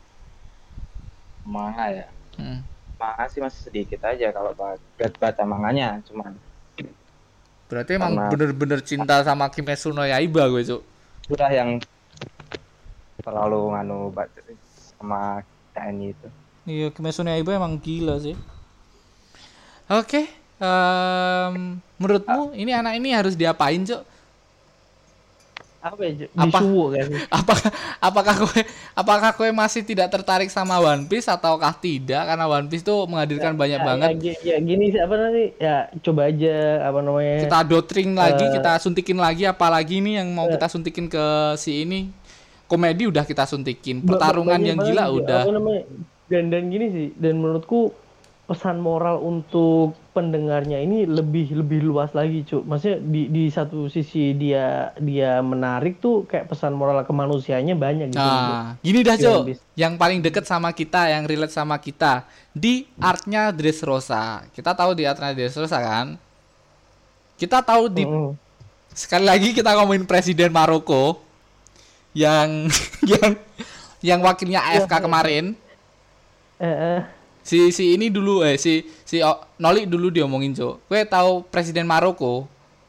Manga ya. Hmm. Manga sih masih sedikit aja kalau baca, baca manganya, cuman Berarti emang Karena- bener-bener cinta sama Kimetsu no Yaiba gue, Cuk. udah yang terlalu nganu baca sama T N I itu. Iya, Kimetsu no Yaiba emang gila sih. Oke, em, menurutmu ini anak ini harus diapain, Cuk? Apa ya Cuk? Apa? Disuwo kan? Apakah apakah kowe apakah kowe masih tidak tertarik sama One Piece ataukah tidak? Karena One Piece tuh menghadirkan banyak Ya, banget. ya, gi- ya gini sih apa nanti ya coba aja apa namanya Kita doktrin lagi, Eh. kita suntikin lagi, apalagi nih yang mau Eh. kita suntikin ke si ini. Komedi udah kita suntikin, Ba- pertarungan banyak yang banget gila sih, udah. apa namanya dan dan gini sih, dan menurutku pesan moral untuk pendengarnya ini lebih lebih luas lagi, Cuk. Maksudnya di di satu sisi dia dia menarik tuh kayak pesan moral kemanusiaannya banyak gitu. Nah, gini dah, Di Cok. One Piece. Yang paling deket sama kita, yang relate sama kita di artnya Dressrosa. Kita tahu di artnya Dressrosa kan? Kita tahu di Mm-mm. sekali lagi kita ngomongin Presiden Maroko yang yang yang wakilnya A F K kemarin. Eh, eh. Si si ini dulu eh si si O- Noli dulu diomongin, Cok. Kowe tahu Presiden Maroko?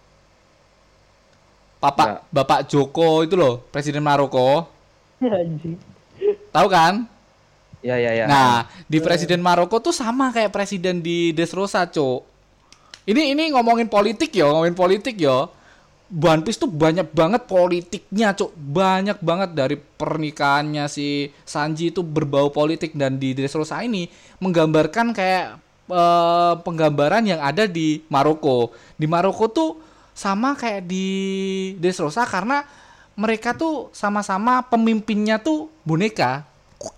Bapak Nggak. Bapak Joko itu loh, Presiden Maroko. Anjing. Tahu kan? Ya ya ya. Nah, di Presiden Maroko tuh sama kayak presiden di Dressrosa, Cok. Ini ini ngomongin politik yo, ngomongin politik yo. One Piece tuh banyak banget politiknya, Cok. Banyak banget dari pernikahannya si Sanji itu berbau politik, dan di Dressrosa ini menggambarkan kayak eh, penggambaran yang ada di Maroko. Di Maroko tuh sama kayak di Dressrosa karena mereka tuh sama-sama pemimpinnya tuh boneka.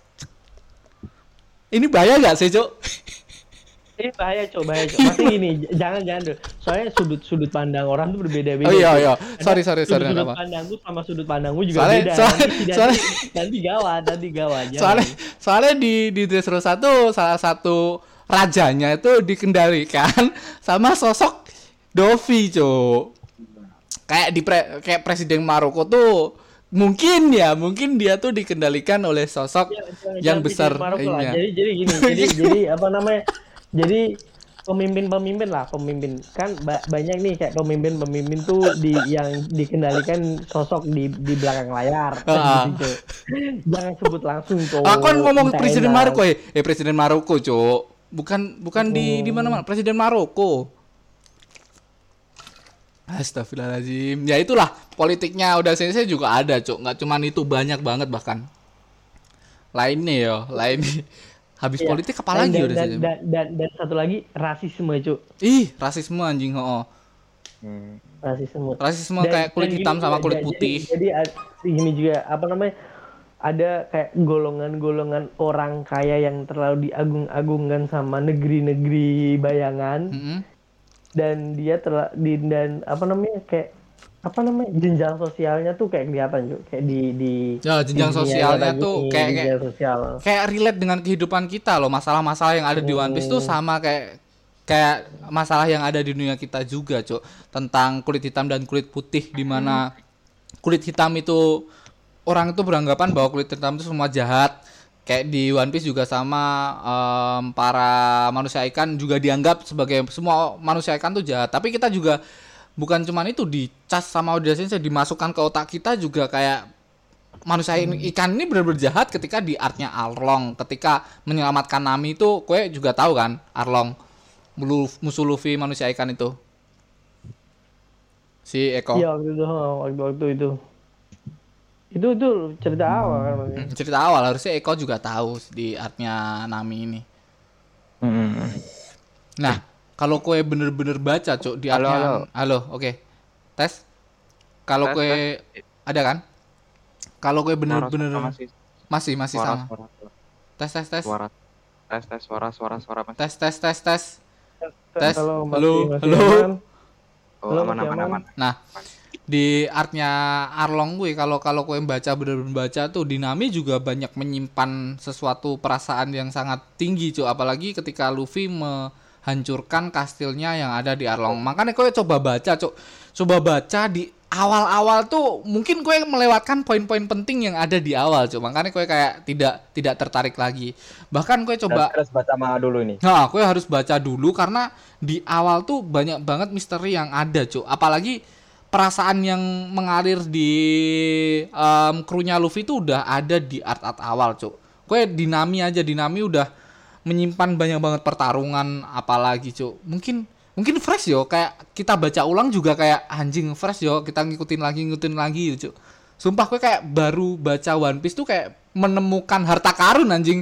Ini bahaya nggak sih, Cuk? Ini bahaya, Cok, bahaya, Cok. Masih gini, jangan jangan deh. Soalnya sudut sudut pandang orang tuh berbeda-beda. Oh iya Cok. iya. Sorry sorry sorry. Sudut, Sudut pandangku sama sudut pandangmu juga soalnya, beda. Soalnya, nanti, soalnya, nanti, nanti gawat, nanti gawat. Jangan. Soalnya soalnya di di Dressrosa tuh salah satu rajanya itu dikendalikan sama sosok Dovi, Cok. Kayak di pre, kayak presiden Maroko tuh mungkin ya, mungkin dia tuh dikendalikan oleh sosok ya, yang besar. Jadi jadi gini, jadi jadi apa namanya? Jadi pemimpin-pemimpin lah, pemimpin kan ba- banyak nih kayak pemimpin-pemimpin tuh di yang dikendalikan sosok di di belakang layar. Kan, gitu, jangan sebut langsung, Cok. Aku kan ngomong presiden Maroko ya, eh presiden Maroko, Cok. Bukan bukan oh. di di mana-mana, presiden Maroko. Astagfirullahaladzim. Ya itulah politiknya udah selesai juga ada, Cok. Nggak cuman itu, banyak banget bahkan. Lainnya ya, lainnya. Habis ya, politik apa lagi dan, udah dan, dan, dan, dan satu lagi rasisme, Cuk. Ih, rasisme anjing, oh. Hmm. Rasisme. Rasisme dan, kayak kulit hitam sama kulit putih. Jadi, jadi gini juga apa namanya? Ada kayak golongan-golongan orang kaya yang terlalu diagung-agungkan sama negeri-negeri bayangan. Mm-hmm. Dan dia telah di dan apa namanya kayak apa namanya jenjang sosialnya tuh kayak kelihatan juga kayak di di ya jenjang di sosialnya tuh kayak kayak, sosial. kayak relate dengan kehidupan kita loh. Masalah-masalah yang ada di One Piece tuh sama kayak kayak masalah yang ada di dunia kita juga, Cok. Tentang kulit hitam dan kulit putih, di mana kulit hitam itu orang itu beranggapan bahwa kulit hitam itu semua jahat. Kayak di One Piece juga sama, um, para manusia ikan juga dianggap sebagai semua manusia ikan tuh jahat. Tapi kita juga bukan cuma itu, dicas sama Oda Sensei, dimasukkan ke otak kita juga kayak manusia hmm. ikan ini benar-benar jahat ketika di artnya Arlong, ketika menyelamatkan Nami itu, kowe juga tahu kan Arlong, musuh Luffy manusia ikan itu. Si Eko. Iya, waktu itu, waktu, waktu itu. Itu itu cerita awal kan. Hmm, cerita awal, harusnya Eko juga tahu di artnya Nami ini. Hmm. Nah, kalau kue bener-bener baca, Cok, di halo, artnya halo, halo, oke, okay. Tes. Kalau kue ada kan? Kalau kue bener-bener masih masih, masih suara, sama. Suara, suara. Tes tes tes. Suara. Tes tes suara suara suara masih. Tes tes tes tes. Tes. Halo, halo, masih, halo. Masih oh, halo, aman, aman, aman. Nah, di artnya Arlong gue, kalau kalau kue baca bener-bener baca tuh, Dinami juga banyak menyimpan sesuatu perasaan yang sangat tinggi, Cok. Apalagi ketika Luffy menghancurkan kastilnya yang ada di Arlong. Makanya kue coba baca, Cok. Coba baca di awal-awal tuh mungkin kue melewatkan poin-poin penting yang ada di awal, Cok. Makanya kue kayak tidak tidak tertarik lagi. Bahkan kue coba harus baca manga dulu ini. Nah, kue harus baca dulu karena di awal tuh banyak banget misteri yang ada, Cok. Apalagi perasaan yang mengalir di um, krunya Luffy itu udah ada di art-art awal, Cok. Kue Dinami aja, Dinami udah menyimpan banyak banget pertarungan, apalagi, Cok. Mungkin mungkin fresh yo, kayak kita baca ulang juga kayak anjing fresh yo, kita ngikutin lagi ngikutin lagi, Cok. Sumpah kue kayak baru baca One Piece tuh kayak menemukan harta karun, anjing.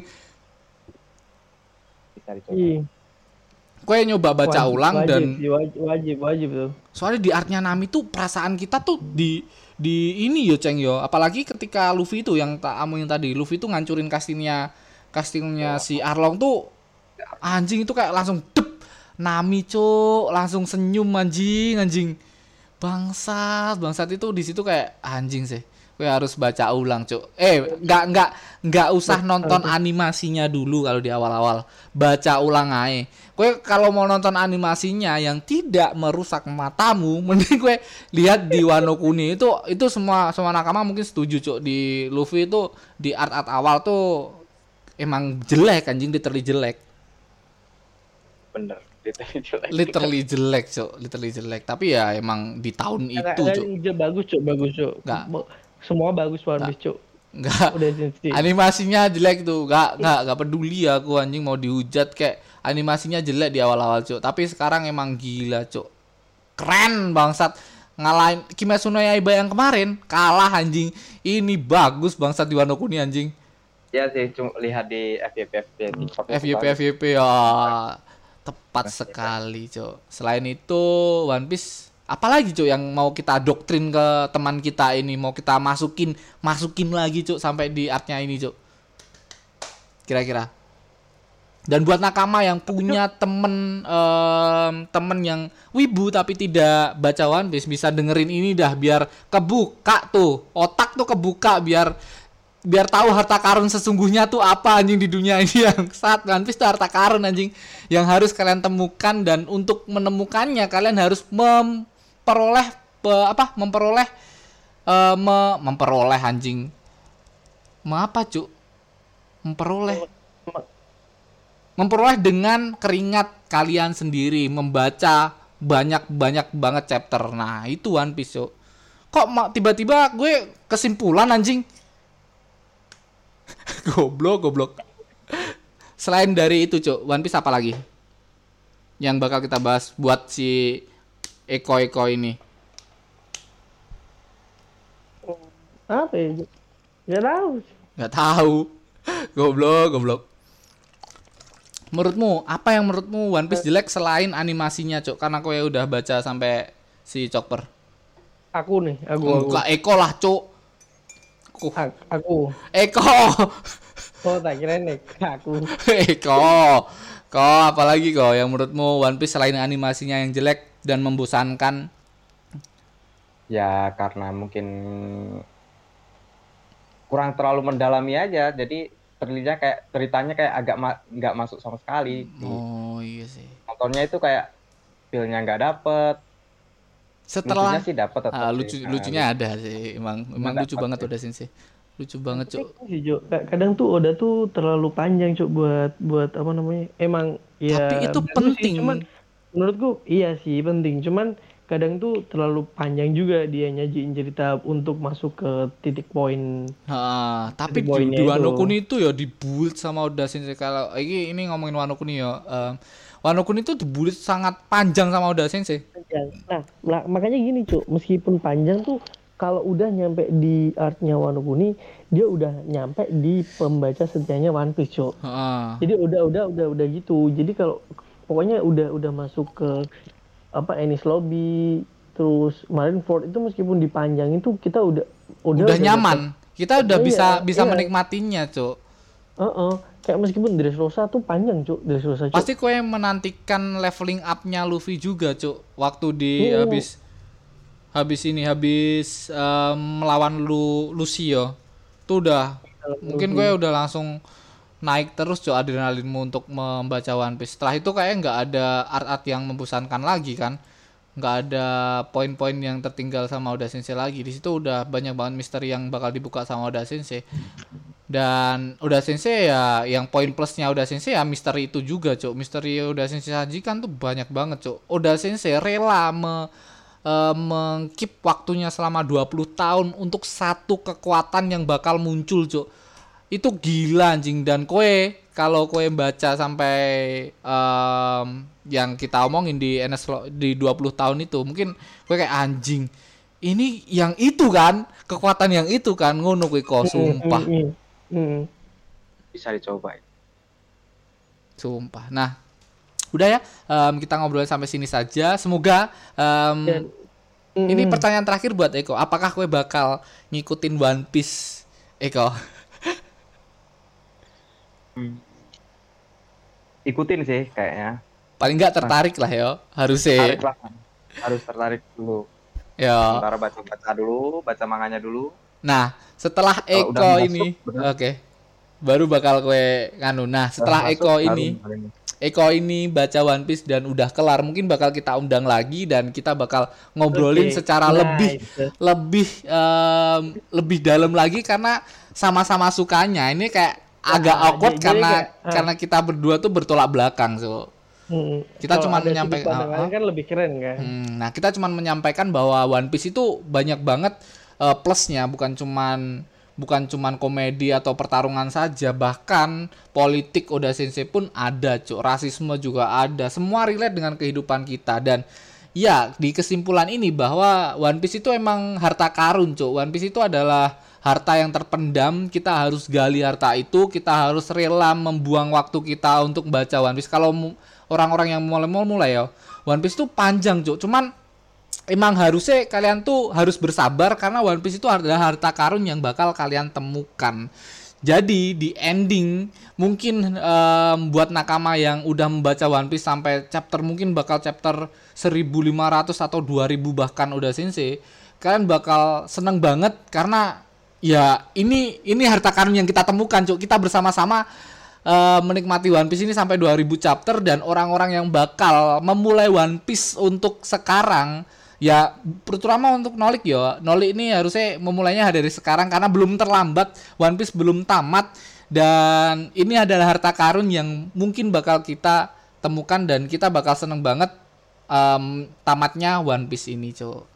Bisa dicoba. Kue nyoba baca wajib, ulang wajib, dan wajib wajib wajib tuh. Soalnya di artnya Nami tuh perasaan kita tuh di di ini yo, Ceng yo. Apalagi ketika Luffy itu yang tak omongin tadi, Luffy tuh ngancurin kastilnya kastilnya si Arlong tuh anjing, itu kayak langsung dep. Nami, Cok, langsung senyum anjing, anjing. Bangsat, bangsat itu di situ kayak anjing sih. Kue harus baca ulang, Cok. Eh, enggak enggak enggak usah nonton animasinya dulu kalau di awal-awal. Baca ulang aja. Kue kalau mau nonton animasinya yang tidak merusak matamu, mending kue lihat di Wano Kuni. Itu itu semua semua nakama mungkin setuju, Cok. Di Luffy itu di art-art awal tuh emang jelek, anjing, literally jelek. Bener, literally jelek. Literally jelek, Cok. Literally jelek. Tapi ya emang di tahun itu, Cok. Bagus, Cok, bagus, Cok. Enggak. Semua bagus One Piece, Cok. Enggak. Animasinya jelek tuh. Enggak, enggak, enggak peduli aku, anjing, mau dihujat kayak animasinya jelek di awal-awal, Cok. Tapi sekarang emang gila, Cok. Keren bangsat. Ngalahin Kimetsu no Yaiba yang kemarin, kalah, anjing. Ini bagus bangsat di Wano Kuni, anjing. Ya sih, cuma lihat di F Y P F Y P F Y P F Y P ya. Tepat sekali, Cok. Selain itu One Piece apalagi cuk yang mau kita doktrin ke teman kita ini, mau kita masukin masukin lagi cuk sampai di artnya ini cuk, kira-kira. Dan buat nakama yang punya temen um, temen yang wibu tapi tidak baca One Piece, bisa dengerin ini dah, biar kebuka tuh otak tuh, kebuka biar biar tahu harta karun sesungguhnya tuh apa anjing di dunia ini. Yang saat One Piece tuh harta karun anjing yang harus kalian temukan, dan untuk menemukannya kalian harus memperoleh pe, apa memperoleh uh, me, memperoleh anjing me apa cuk memperoleh memperoleh dengan keringat kalian sendiri, membaca banyak-banyak banget chapter. Nah, itu One Piece, Cuk. Kok ma- tiba-tiba gue kesimpulan anjing? goblok, goblok. Selain dari itu, Cuk, One Piece apa lagi yang bakal kita bahas buat si Eko-Eko ini? Apa ya? Gak tahu. Gak tahu. Goblok, goblok. Menurutmu, apa yang menurutmu One Piece jelek selain animasinya, Cok? Karena aku ya udah baca sampai si Chopper. Aku nih, aku. Enggak, Eko lah, Cok. Aku. Aku. Eko. Oh, tak kira nih, aku. Eko. Kok, apalagi kok yang menurutmu One Piece selain animasinya yang jelek dan membosankan? Ya, karena mungkin kurang terlalu mendalami aja, jadi ceritanya kayak ceritanya kayak agak ma- nggak masuk sama sekali. Oh iya sih. Nontonnya itu kayak feel-nya nggak dapet. Setelah lucunya sih dapet tetap ah, sih. lucu Nah, lucunya ada sih, emang emang Nggak lucu dapet banget sih. udah sensei. Lucu banget, Cuk. Sih, Jo. Kadang tuh Oda tuh terlalu panjang, Cuk, buat buat apa namanya? Emang ya Tapi itu bagus penting. Sih, cuman menurutku iya sih penting. Cuman kadang tuh terlalu panjang juga dia nyajiin cerita untuk masuk ke titik poin. Ha, tapi di, poinnya di Wano itu. Kuni itu ya dibuild sama Oda Sensei. Kalau ini ini ngomongin Wano Kuni ya. Um, Wano Kuni itu dibuild sangat panjang sama Oda Sensei. Panjang. Nah, lah, makanya gini, Cuk, meskipun panjang tuh kalau udah nyampe di artnya Wano Kuni, dia udah nyampe di pembaca setianya One Piece, Cuk. Ha. Jadi udah udah udah udah gitu. Jadi kalau pokoknya udah udah masuk ke apa Enies Lobby, terus Marineford itu meskipun dipanjangin tuh kita udah Udah, udah nyaman. dapet. Kita udah Iya, bisa bisa iya. menikmatinya, Cuk. Heeh. Kayak meskipun Dressrosa tuh panjang, Cuk. Dressrosa, Cuk. Pasti kowe menantikan leveling up-nya Luffy juga, Cuk. Waktu di Oh. habis habis ini habis um, melawan Lu Lucio. Tuh udah mungkin gue udah langsung naik terus, Cuk, adrenalinmu untuk membaca One Piece. Setelah itu kayak nggak ada art-art yang membosankan lagi kan. Nggak ada poin-poin yang tertinggal sama Oda Sensei lagi. Di situ udah banyak banget misteri yang bakal dibuka sama Oda Sensei. Dan Oda Sensei ya yang poin plusnya Oda Sensei ya misteri itu juga, Cuk. Misteri Oda Sensei sajikan tuh banyak banget, Cuk. Oda Sensei rela me, uh, mengkeep waktunya selama dua puluh tahun untuk satu kekuatan yang bakal muncul, Cuk. Itu gila anjing. Dan kowe kalau kowe baca sampai um, yang kita omongin di N S di dua puluh tahun itu, mungkin kowe kayak anjing. Ini yang itu kan, kekuatan yang itu kan, ngono kowe kok, sumpah. Hmm, hmm. Bisa dicoba. Sumpah. Nah, udah ya, um, kita ngobrolin sampai sini saja. Semoga um, Dan, ini hmm. pertanyaan terakhir buat Eko. Apakah kowe bakal ngikutin One Piece, Eko? Hmm. Ikutin sih kayaknya. Paling nggak tertarik lah ya, harusnya. Tertarik lah. Harus tertarik dulu. Ya. Sementara baca-baca dulu, baca manganya dulu. Nah, setelah Kalau Eko udah masuk, ini, bener. oke, baru bakal kowe nganu. Nah, setelah Udah Eko masuk, ini, baru- Eko ini baca One Piece dan udah kelar, mungkin bakal kita undang lagi dan kita bakal ngobrolin Oke, secara nice. lebih lebih em, lebih dalam lagi karena sama-sama sukanya. Ini kayak agak Nah, awkward jadi karena kayak, ah. karena kita berdua tuh bertolak belakang, so. Hmm. Kita Kalau cuman ada menyampaikan- sudut pandang ah, ah. kan lebih keren kan. Hmm, nah, kita cuman menyampaikan bahwa One Piece itu banyak banget uh, plusnya, bukan cuman bukan cuman komedi atau pertarungan saja, bahkan politik Oda Sensei pun ada, Cuk. Rasisme juga ada. Semua relate dengan kehidupan kita. Dan ya, di kesimpulan ini bahwa One Piece itu emang harta karun, Cuk. One Piece itu adalah harta yang terpendam. Kita harus gali harta itu, kita harus rela membuang waktu kita untuk baca One Piece. Kalau mu- orang-orang yang mulai-mulai ya, One Piece itu panjang, Cuk. Cuman emang harusnya kalian tuh harus bersabar karena One Piece itu adalah harta karun yang bakal kalian temukan. Jadi di ending mungkin um, buat nakama yang udah membaca One Piece sampai chapter mungkin bakal chapter seribu lima ratus atau dua ribu bahkan udah sensei, kalian bakal seneng banget karena ya ini ini harta karun yang kita temukan, Cuk. Kita bersama-sama uh, menikmati One Piece ini sampai dua ribu chapter dan orang-orang yang bakal memulai One Piece untuk sekarang ya, terutama untuk Nolik ya. Nolik ini harusnya memulainya dari sekarang karena belum terlambat, One Piece belum tamat dan ini adalah harta karun yang mungkin bakal kita temukan dan kita bakal seneng banget um, tamatnya One Piece ini, Cuk.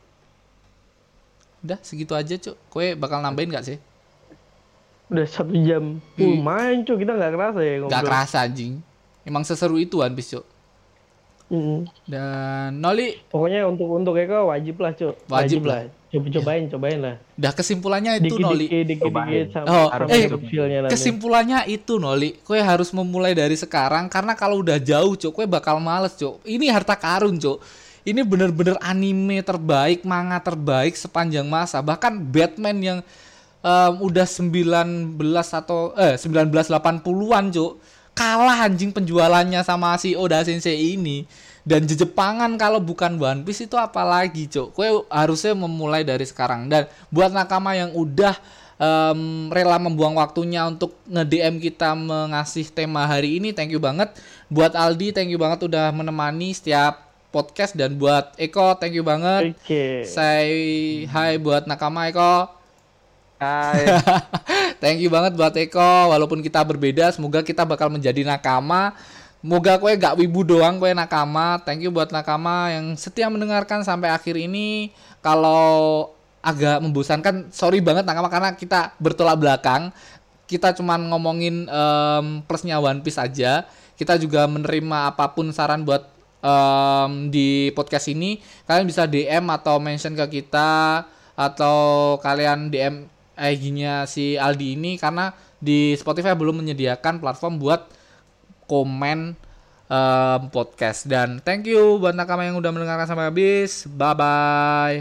Udah segitu aja, Cuk. Kowe bakal nambahin gak sih? Udah satu jam. Hmm. Uh, main, Cuk. Kita gak kerasa ya ngobrol. Gak kerasa, anjing. Emang seseru itu One Piece, Cuk. Mm-hmm. Dan Noli pokoknya untuk untuk Eko wajib lah, Cuk. Wajib, Wajib lah. lah. Coba cobain, ya. cobain lah. Dah kesimpulannya itu dikit, Noli. Dikit dikit dikit sampai oh, sampai eh, kecilnya nanti. Kesimpulannya itu Noli. Kowe harus memulai dari sekarang karena kalau udah jauh, Cuk, kowe bakal males, Cuk. Ini harta karun, Cuk. Ini bener-bener anime terbaik, manga terbaik sepanjang masa. Bahkan Batman yang um, udah sembilan belas atau eh sembilan belas delapan puluhan, Cuk. Kalah anjing penjualannya sama si Oda Sensei ini. Dan Jepangan kalau bukan One Piece itu apalagi, Cuk. Kowe harusnya memulai dari sekarang. Dan buat nakama yang udah um, rela membuang waktunya untuk nge-D M kita mengasih tema hari ini, thank you banget. Buat Aldi, thank you banget udah menemani setiap podcast. Dan buat Eko, thank you banget. Oke. Okay. Say hi buat nakama Eko. Hai. Thank you banget buat Eko. Walaupun kita berbeda, semoga kita bakal menjadi nakama. Moga kowe gak wibu doang, kowe nakama. Thank you buat nakama yang setia mendengarkan sampai akhir ini. Kalau agak membosankan, sorry banget nakama karena kita bertolak belakang. Kita cuman ngomongin um, plusnya One Piece aja. Kita juga menerima apapun saran buat um, di podcast ini. Kalian bisa D M atau mention ke kita, atau kalian D M I G-nya si Aldi ini karena di Spotify belum menyediakan platform buat komen um, podcast. Dan thank you buat nakama yang udah mendengarkan sampai habis. Bye bye.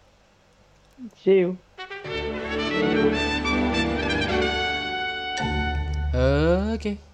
See you. Oke. Okay.